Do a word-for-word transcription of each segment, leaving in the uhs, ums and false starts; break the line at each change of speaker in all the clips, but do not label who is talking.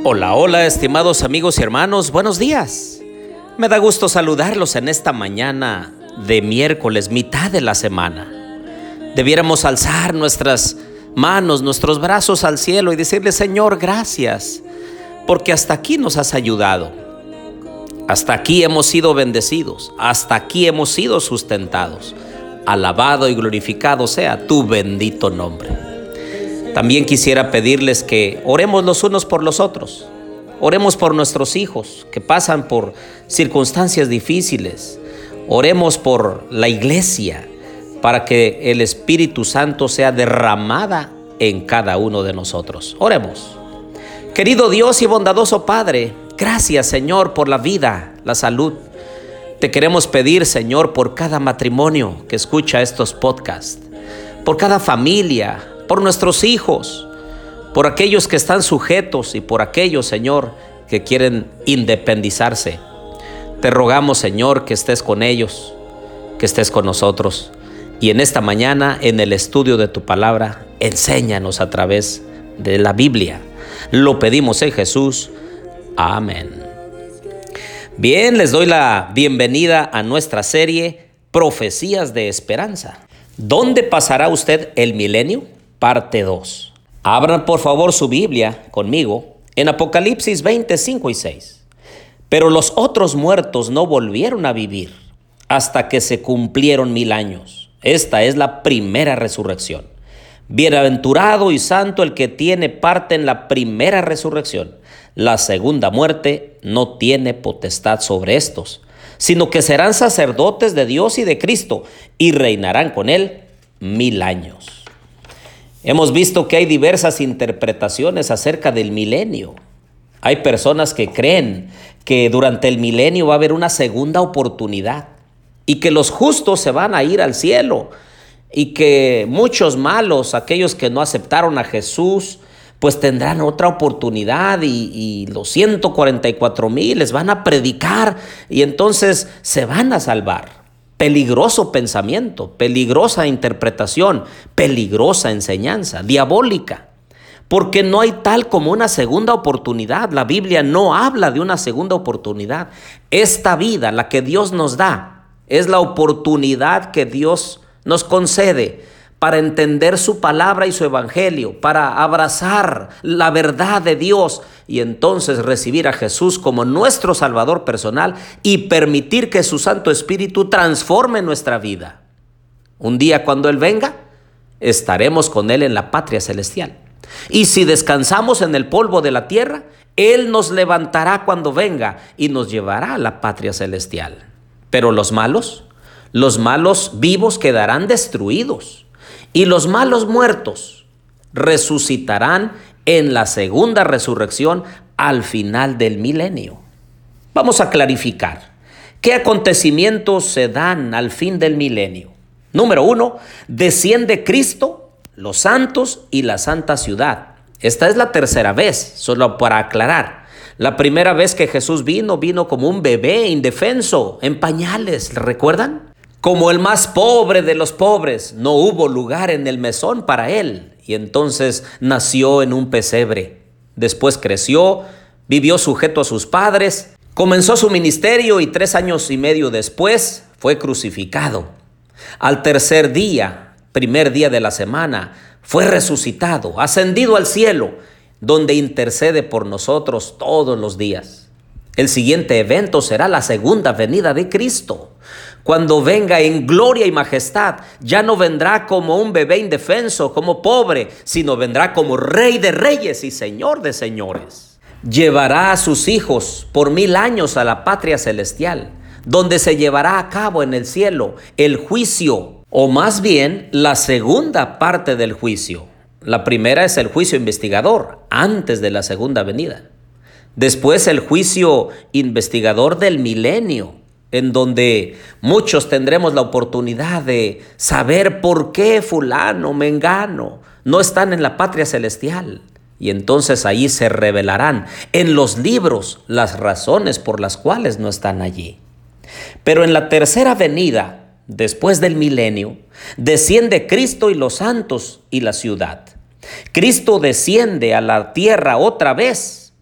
Hola, hola, estimados amigos y hermanos, buenos días. Me da gusto saludarlos en esta mañana de miércoles, mitad de la semana. Debiéramos alzar nuestras manos, nuestros brazos al cielo y decirle: Señor, gracias, porque hasta aquí nos has ayudado. Hasta aquí hemos sido bendecidos, hasta aquí hemos sido sustentados. Alabado y glorificado sea tu bendito nombre. También quisiera pedirles que oremos los unos por los otros. Oremos por nuestros hijos que pasan por circunstancias difíciles. Oremos por la iglesia para que el Espíritu Santo sea derramada en cada uno de nosotros. Oremos. Querido Dios y bondadoso Padre, gracias, Señor, por la vida, la salud. Te queremos pedir, Señor, por cada matrimonio que escucha estos podcasts, por cada familia, por nuestros hijos, por aquellos que están sujetos y por aquellos, Señor, que quieren independizarse. Te rogamos, Señor, que estés con ellos, que estés con nosotros. Y en esta mañana, en el estudio de tu palabra, enséñanos a través de la Biblia. Lo pedimos en Jesús. Amén. Bien, les doy la bienvenida a nuestra serie Profecías de Esperanza. ¿Dónde pasará usted el milenio? Parte dos. Abran por favor su Biblia conmigo en Apocalipsis veinte, cinco y seis. Pero los otros muertos no volvieron a vivir hasta que se cumplieron mil años. Esta es la primera resurrección. Bienaventurado y santo el que tiene parte en la primera resurrección. La segunda muerte no tiene potestad sobre estos, sino que serán sacerdotes de Dios y de Cristo y reinarán con él mil años. Hemos visto que hay diversas interpretaciones acerca del milenio. Hay personas que creen que durante el milenio va a haber una segunda oportunidad y que los justos se van a ir al cielo y que muchos malos, aquellos que no aceptaron a Jesús, pues tendrán otra oportunidad y, y los ciento cuarenta y cuatro mil les van a predicar y entonces se van a salvar. Peligroso pensamiento, peligrosa interpretación, peligrosa enseñanza, diabólica, porque no hay tal como una segunda oportunidad. La Biblia no habla de una segunda oportunidad. Esta vida, la que Dios nos da, es la oportunidad que Dios nos concede para entender su palabra y su evangelio, para abrazar la verdad de Dios y entonces recibir a Jesús como nuestro Salvador personal y permitir que su Santo Espíritu transforme nuestra vida. Un día cuando Él venga, estaremos con Él en la patria celestial. Y si descansamos en el polvo de la tierra, Él nos levantará cuando venga y nos llevará a la patria celestial. Pero los malos, los malos vivos quedarán destruidos. Y los malos muertos resucitarán en la segunda resurrección al final del milenio. Vamos a clarificar qué acontecimientos se dan al fin del milenio. Número uno, desciende Cristo, los santos y la santa ciudad. Esta es la tercera vez, solo para aclarar. La primera vez que Jesús vino, vino como un bebé indefenso, en pañales, ¿recuerdan? Como el más pobre de los pobres, no hubo lugar en el mesón para él. Y entonces nació en un pesebre. Después creció, vivió sujeto a sus padres, comenzó su ministerio y tres años y medio después fue crucificado. Al tercer día, primer día de la semana, fue resucitado, ascendido al cielo, donde intercede por nosotros todos los días. El siguiente evento será la segunda venida de Cristo. Cuando venga en gloria y majestad, ya no vendrá como un bebé indefenso, como pobre, sino vendrá como Rey de reyes y Señor de señores. Llevará a sus hijos por mil años a la patria celestial, donde se llevará a cabo en el cielo el juicio, o más bien la segunda parte del juicio. La primera es el juicio investigador, antes de la segunda venida. Después el juicio investigador del milenio, en donde muchos tendremos la oportunidad de saber por qué fulano, mengano, no están en la patria celestial. Y entonces ahí se revelarán en los libros las razones por las cuales no están allí. Pero en la tercera venida, después del milenio, desciende Cristo y los santos y la ciudad. Cristo desciende a la tierra otra vez,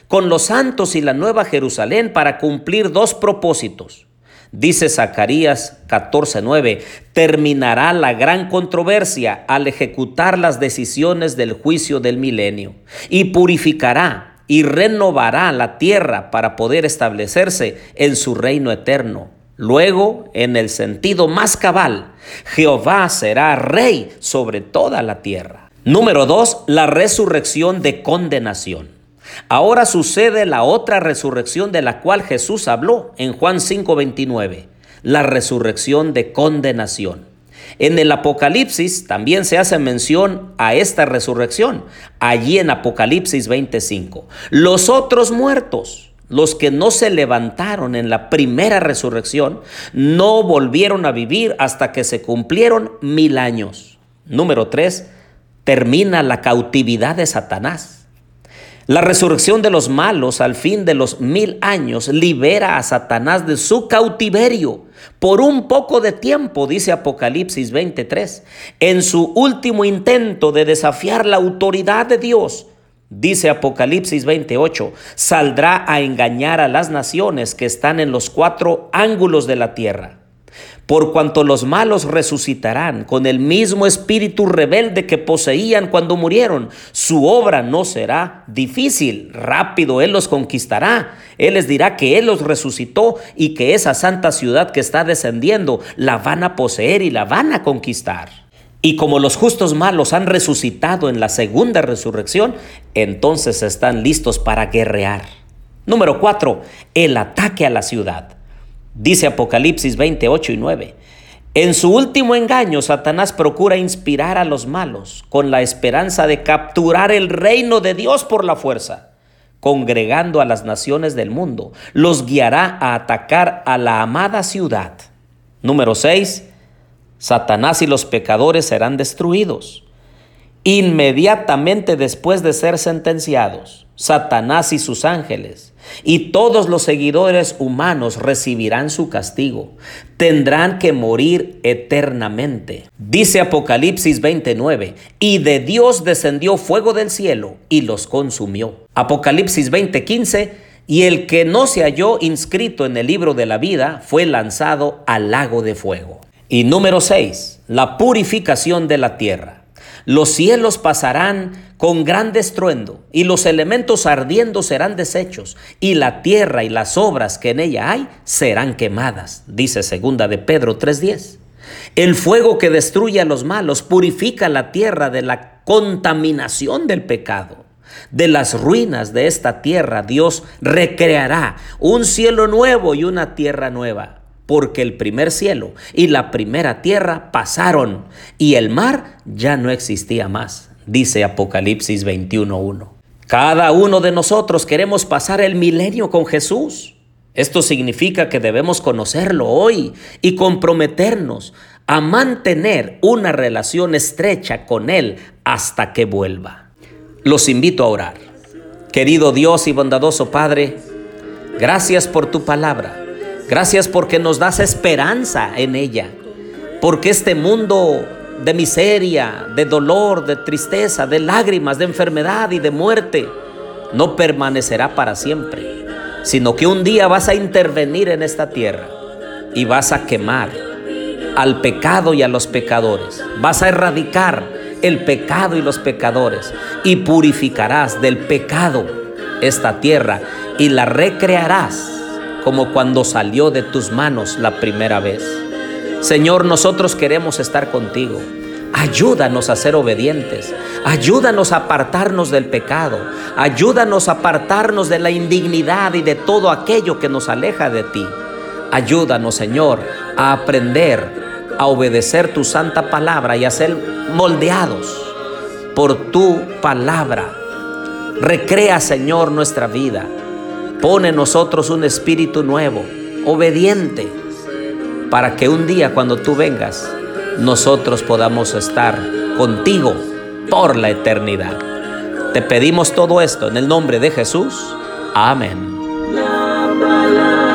con los santos y la nueva Jerusalén para cumplir dos propósitos. Dice Zacarías catorce nueve, terminará la gran controversia al ejecutar las decisiones del juicio del milenio y purificará y renovará la tierra para poder establecerse en su reino eterno. Luego, en el sentido más cabal, Jehová será rey sobre toda la tierra. Número dos, la resurrección de condenación. Ahora sucede la otra resurrección de la cual Jesús habló en Juan cinco veintinueve, la resurrección de condenación. En el Apocalipsis también se hace mención a esta resurrección, allí en Apocalipsis veinticinco. Los otros muertos, los que no se levantaron en la primera resurrección, no volvieron a vivir hasta que se cumplieron mil años. Número tres, termina la cautividad de Satanás. La resurrección de los malos al fin de los mil años libera a Satanás de su cautiverio por un poco de tiempo, dice Apocalipsis veintitrés. En su último intento de desafiar la autoridad de Dios, dice Apocalipsis veintiocho, saldrá a engañar a las naciones que están en los cuatro ángulos de la tierra. Por cuanto los malos resucitarán con el mismo espíritu rebelde que poseían cuando murieron, su obra no será difícil. Rápido Él los conquistará. Él les dirá que Él los resucitó y que esa santa ciudad que está descendiendo la van a poseer y la van a conquistar. Y como los justos malos han resucitado en la segunda resurrección, entonces están listos para guerrear. Número cuatro, el ataque a la ciudad. Dice Apocalipsis veintiocho y nueve. En su último engaño, Satanás procura inspirar a los malos con la esperanza de capturar el reino de Dios por la fuerza. Congregando a las naciones del mundo, los guiará a atacar a la amada ciudad. Número seis. Satanás y los pecadores serán destruidos. Inmediatamente después de ser sentenciados, Satanás y sus ángeles y todos los seguidores humanos recibirán su castigo. Tendrán que morir eternamente. Dice Apocalipsis veintinueve, y de Dios descendió fuego del cielo y los consumió. Apocalipsis veinte quince, y el que no se halló inscrito en el libro de la vida fue lanzado al lago de fuego. Y número seis, la purificación de la tierra. Los cielos pasarán con gran estruendo, y los elementos ardiendo serán deshechos, y la tierra y las obras que en ella hay serán quemadas, dice segunda de Pedro tres diez. El fuego que destruye a los malos purifica la tierra de la contaminación del pecado. De las ruinas de esta tierra Dios recreará un cielo nuevo y una tierra nueva. Porque el primer cielo y la primera tierra pasaron y el mar ya no existía más, dice Apocalipsis veintiuno uno. Cada uno de nosotros queremos pasar el milenio con Jesús. Esto significa que debemos conocerlo hoy y comprometernos a mantener una relación estrecha con Él hasta que vuelva. Los invito a orar. Querido Dios y bondadoso Padre, gracias por tu palabra. Gracias porque nos das esperanza en ella, porque este mundo de miseria, de dolor, de tristeza, de lágrimas, de enfermedad y de muerte no permanecerá para siempre, sino que un día vas a intervenir en esta tierra y vas a quemar al pecado y a los pecadores. Vas a erradicar el pecado y los pecadores y purificarás del pecado esta tierra y la recrearás como cuando salió de tus manos la primera vez. Señor, nosotros queremos estar contigo. Ayúdanos a ser obedientes. Ayúdanos a apartarnos del pecado. Ayúdanos a apartarnos de la indignidad y de todo aquello que nos aleja de ti. Ayúdanos, Señor, a aprender a obedecer tu santa palabra y a ser moldeados por tu palabra. Recrea, Señor, nuestra vida. Pone en nosotros un espíritu nuevo, obediente, para que un día cuando tú vengas, nosotros podamos estar contigo por la eternidad. Te pedimos todo esto en el nombre de Jesús. Amén. La palabra.